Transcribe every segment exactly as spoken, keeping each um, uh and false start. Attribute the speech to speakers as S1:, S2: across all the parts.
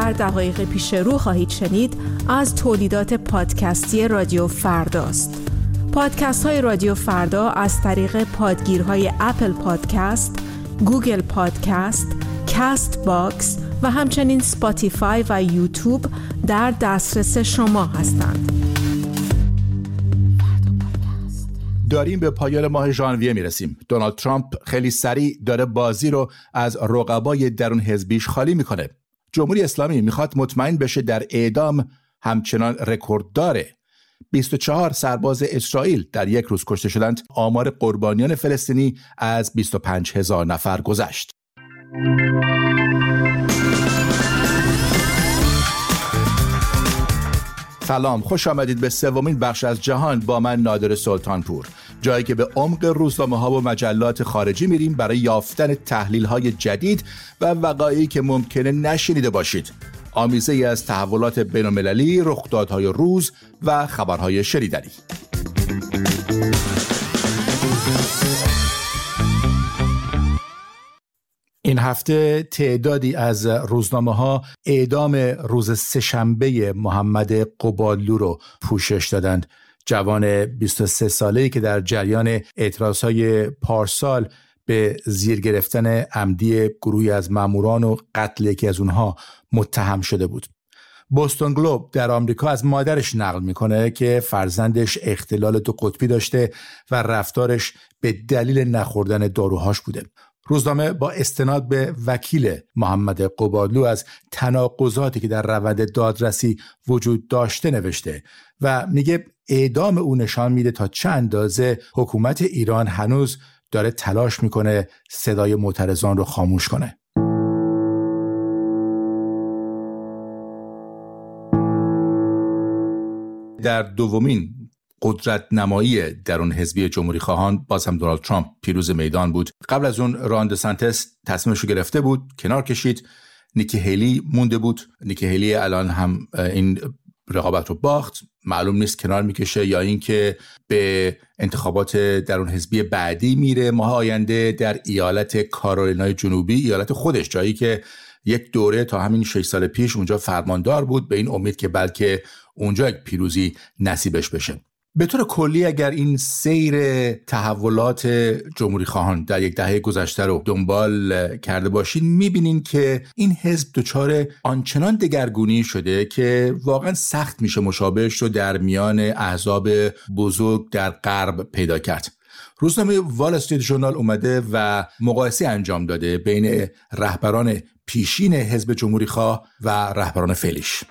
S1: در دقایق پیش رو خواهید شنید از تولیدات پادکستی رادیو فرداست. پادکست های رادیو فردا از طریق پادگیرهای اپل پادکست، گوگل پادکست، کاست باکس و همچنین سپاتیفای و یوتیوب در دسترس شما هستند.
S2: داریم به پایان ماه ژانویه میرسیم. دونالد ترامپ خیلی سریع داره بازی رو از رقبای درون حزبیش خالی میکنه. جمهوری اسلامی میخواد مطمئن بشه در اعدام همچنان رکورد داره. بیست و چهار سرباز اسرائیل در یک روز کشته شدند. آمار قربانیان فلسطینی از بیست و پنج هزار نفر گذشت. سلام، خوش آمدید به سومین بخش از جهان با من نادر سلطانپور، جایی که به عمق روزنامه‌ها و مجلات خارجی میریم برای یافتن تحلیل‌های جدید و وقایعی که ممکنه نشنیده باشید. آمیزه‌ای از تحولات بین‌المللی، رخدادهای روز و خبرهای شنیدنی. این هفته تعدادی از روزنامه‌ها اعدام روز سه‌شنبه محمد قبادلو رو پوشش دادند. جوان بیست و سه ساله‌ای که در جریان اعتراضهای پارسال به زیر گرفتن عمدی گروهی از ماموران و قتل یکی از اونها متهم شده بود. بوستون گلوب در آمریکا از مادرش نقل میکنه که فرزندش اختلال دو قطبی داشته و رفتارش به دلیل نخوردن داروهاش بوده. روزنامه با استناد به وکیل محمد قبادلو از تناقضاتی که در روند دادرسی وجود داشته نوشته و میگه اعدام او نشان میده تا چه اندازه حکومت ایران هنوز داره تلاش میکنه صدای معترضان رو خاموش کنه. در دومین قدرت نمایی درون حزبی جمهوری خواهان باز هم دونالد ترامپ پیروز میدان بود. قبل از اون ران دسانتس تصمیمش رو گرفته بود، کنار کشید. نیکی هیلی مونده بود. نیکی هیلی الان هم این رقابت رو باخت. معلوم نیست کنار میکشه یا اینکه به انتخابات درون حزبی بعدی میره ماه آینده در ایالت کارولینای جنوبی، ایالت خودش، جایی که یک دوره تا همین شش سال پیش اونجا فرماندار بود، به این امید که بلکه اونجا یک پیروزی نصیبش بشه. به طور کلی اگر این سیر تحولات جمهوری خواهان در یک دهه گذشته رو دنبال کرده باشین، میبینین که این حزب دچار آنچنان دگرگونی شده که واقعا سخت میشه مشابهش رو در میان احزاب بزرگ در غرب پیدا کرد. روزنامه وال استریت ژورنال اومده و مقایسه انجام داده بین رهبران پیشین حزب جمهوری خواه و رهبران فعلیش.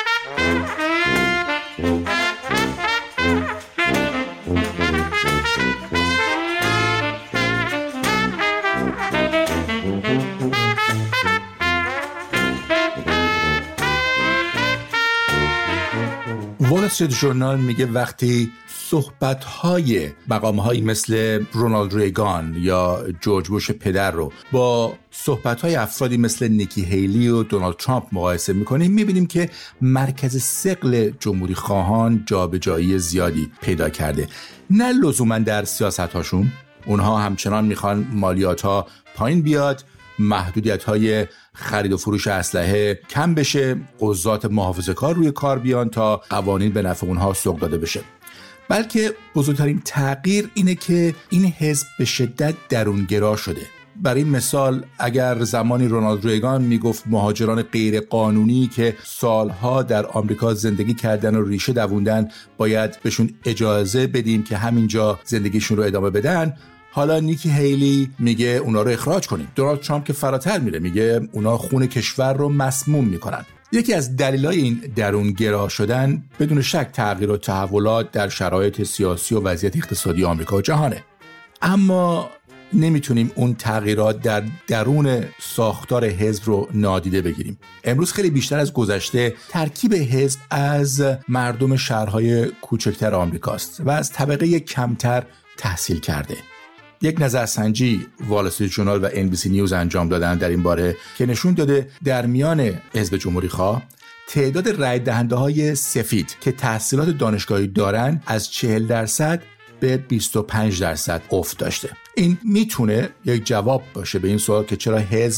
S2: وال استریت ژورنال میگه وقتی صحبت‌های مقام‌هایی مثل رونالد ریگان یا جورج بوش پدر رو با صحبت‌های افرادی مثل نیکی هیلی و دونالد ترامپ مقایسه می‌کنیم، می‌بینیم که مرکز ثقل جمهوری خواهان جابجایی زیادی پیدا کرده. نه لزوماً در سیاست‌هاشون، اونها همچنان می‌خوان مالیات‌ها پایین بیاد، محدودیت‌های خرید و فروش اسلحه کم بشه، قضات محافظه‌کار روی کار بیان تا قوانین به نفع اونها سوق داده بشه. بلکه بزرگترین تغییر اینه که این حزب به شدت درونگرا شده. برای مثال اگر زمانی رونالد ریگان میگفت مهاجران غیر قانونی که سالها در آمریکا زندگی کردن و ریشه دووندن باید بهشون اجازه بدیم که همینجا زندگیشون رو ادامه بدن، حالا نیکی هیلی میگه اونا رو اخراج کنیم. دونالد ترامپ که فراتر میره میگه اونا خون کشور رو مسموم میکنن. یکی از دلایل این درونگرا شدن بدون شک تغییر و تحولات در شرایط سیاسی و وضعیت اقتصادی آمریکا و جهانه. اما نمیتونیم اون تغییرات در درون ساختار حزب رو نادیده بگیریم. امروز خیلی بیشتر از گذشته ترکیب حزب از مردم شهرهای کوچکتر آمریکاست و از طبقه کمتر تحصیل کرده. یک نظرسنجی وال استریت ژورنال و ان بی سی نیوز انجام دادن در این باره که نشون داده در میان حزب جمهوری خواه تعداد رای دهنده های سفید که تحصیلات دانشگاهی دارن از چهل درصد به بیست و پنج درصد افت داشته. این میتونه یک جواب باشه به این سوال که چرا حزب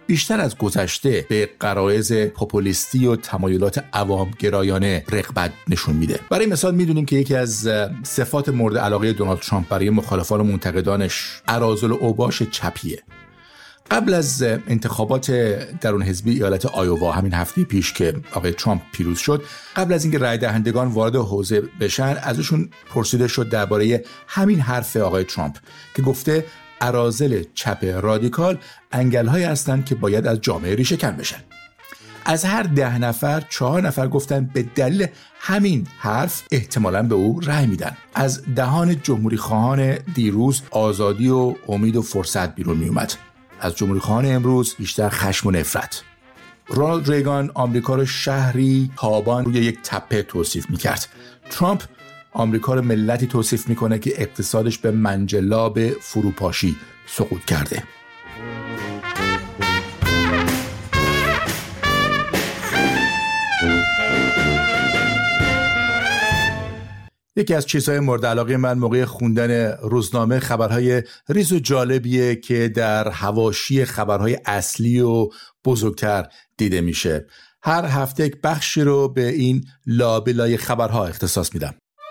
S2: بیشتر از گذشته به غرایز پوپولیستی و تمایلات عوامگرایانه رغبت نشون میده. برای مثال میدونیم که یکی از صفات مورد علاقه دونالد ترامپ برای مخالفان و منتقدانش اراذل و اوباش چپیه. قبل از انتخابات درون حزبی ایالت آیووا، همین هفته پیش که آقای ترامپ پیروز شد، قبل از اینکه رای دهندگان وارد حوزه بشن ازشون پرسیده شد درباره همین حرف آقای ترامپ که گفته اراذل چپ رادیکال انگل‌هایی هستند که باید از جامعه ریشه‌کن بشن. از هر ده نفر چهار نفر گفتن به دلیل همین حرف احتمالاً به او رأی میدن. از دهان جمهوری خواهان دیروز آزادی و امید و فرصت بیرون می اومد. از جمهوری خواهان امروز بیشتر خشم و نفرت. رونالد ریگان آمریکا رو شهری تابان روی یک تپه توصیف میکرد. ترامپ آمریکا رو ملتی توصیف میکنه که اقتصادش به منجلاب فروپاشی سقوط کرده. یکی از چیزهای مورد علاقه من موقع خوندن روزنامه خبرهای ریز و جالبیه که در حواشی خبرهای اصلی و بزرگتر دیده میشه. هر هفته یک بخشی رو به این لابلای خبرها اختصاص میدم.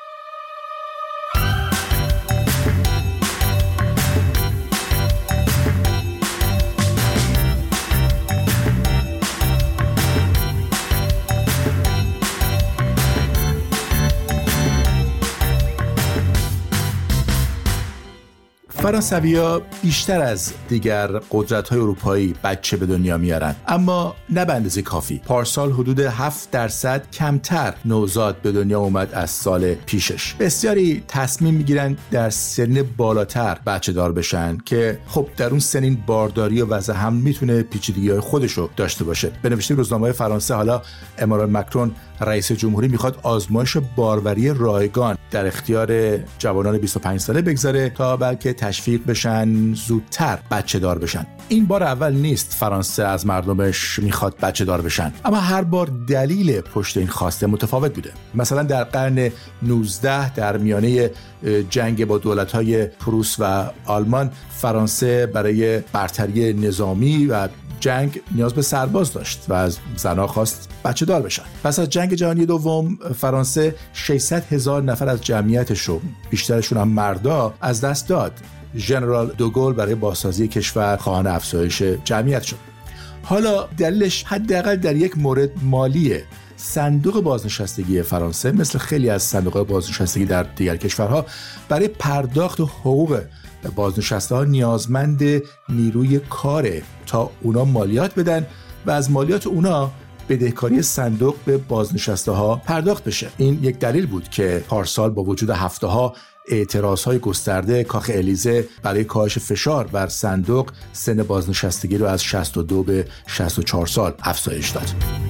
S2: فرانسوی‌ها بیشتر از دیگر قدرت‌های اروپایی بچه به دنیا میارن، اما نه به اندازه کافی. پارسال حدود هفت درصد کمتر نوزاد به دنیا اومد از سال پیشش. بسیاری تصمیم میگیرن در سن بالاتر بچه دار بشن که خب در اون سنین بارداری و وضع هم میتونه پیچیدگی‌های خودشو داشته باشه. به نوشته روزنامه فرانسه حالا امانوئل مکرون رئیس جمهوری میخواد آزمایش باروری رایگان در اختیار جوانان بیست و پنج ساله بگذاره تا بلکه تشویق بشن زودتر بچه دار بشن. این بار اول نیست فرانسه از مردمش میخواد بچه دار بشن، اما هر بار دلیل پشت این خواسته متفاوت بوده. مثلا در قرن نوزدهم در میانه جنگ با دولت‌های پروس و آلمان، فرانسه برای برتری نظامی و جنگ نیاز به سرباز داشت و از زنها خواست بچه دار بشن. پس از جنگ جهانی دوم فرانسه ششصد هزار نفر از جمعیتش رو، بیشترشون هم مردا، از دست داد. ژنرال دوگل برای بازسازی کشور خواهان افزایش جمعیت شد. حالا دلیلش حداقل در یک مورد مالیه. صندوق بازنشستگی فرانسه مثل خیلی از صندوق‌های بازنشستگی در دیگر کشورها برای پرداخت حقوق بازنشسته ها نیازمند نیروی کاره تا اونا مالیات بدن و از مالیات اونا بدهکاری صندوق به بازنشسته ها پرداخت بشه. این یک دلیل بود که پارسال با وجود هفته ها اعتراضهای گسترده کاخ الیزه برای کاهش فشار بر صندوق سن بازنشستگی رو از شصت و دو به شصت و چهار سال افزایش داد.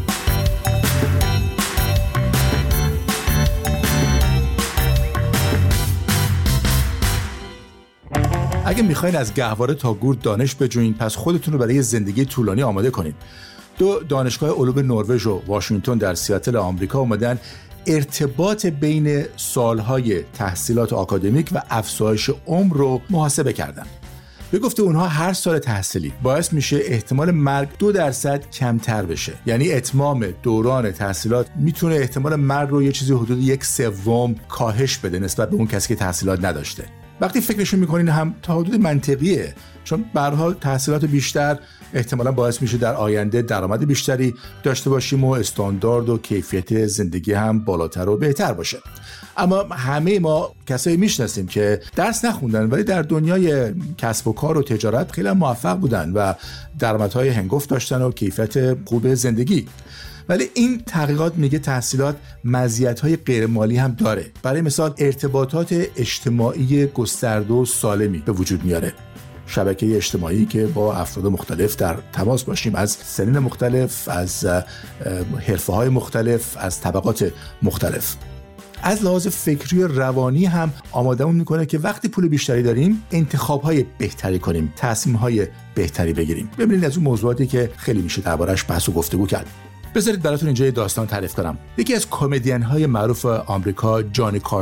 S2: اگه میخواین از گهواره تا گور دانش بجوین، پس خودتون رو برای زندگی طولانی آماده کنید. دو دانشگاه علوم نروژ و واشنگتن در سیاتل آمریکا اومدن ارتباط بین سالهای تحصیلات آکادمیک و افزایش عمر رو محاسبه کردن. به گفته اونها هر سال تحصیلی باعث میشه احتمال مرگ دو درصد کمتر بشه. یعنی اتمام دوران تحصیلات میتونه احتمال مرگ رو یه چیزی حدود یک سوم کاهش بده نسبت به اون کسی که تحصیلات نداشته. وقتی فکرشون میکنین هم تا حدود منطقیه، چون به هر حال تحصیلات بیشتر احتمالاً باعث میشه در آینده درآمد بیشتری داشته باشیم و استاندارد و کیفیت زندگی هم بالاتر و بهتر باشه. اما همه ما کسایی میشناسیم که درس نخوندن ولی در دنیای کسب و کار و تجارت خیلی موفق بودن و درآمدهای هنگفت داشتن و کیفیت خوب زندگی. ولی این تحقیقات میگه تحصیلات مزیت‌های غیرمالی هم داره. برای مثال ارتباطات اجتماعی گسترده و سالمی به وجود میاره. شبکه اجتماعی که با افراد مختلف در تماس باشیم، از سنین مختلف، از حرفه‌های مختلف، از طبقات مختلف. از لحاظ فکری و روانی هم آمادهمون میکنه که وقتی پول بیشتری داریم انتخاب‌های بهتری کنیم، تصمیم‌های بهتری بگیریم. ببینید از اون موضوعاتی که خیلی میشه دربارش بحث و گفتگو کرد. بذارید براتون اینجا یه داستان تعریف کنم. یکی از کمدین های معروف آمریکا، جانی کارسون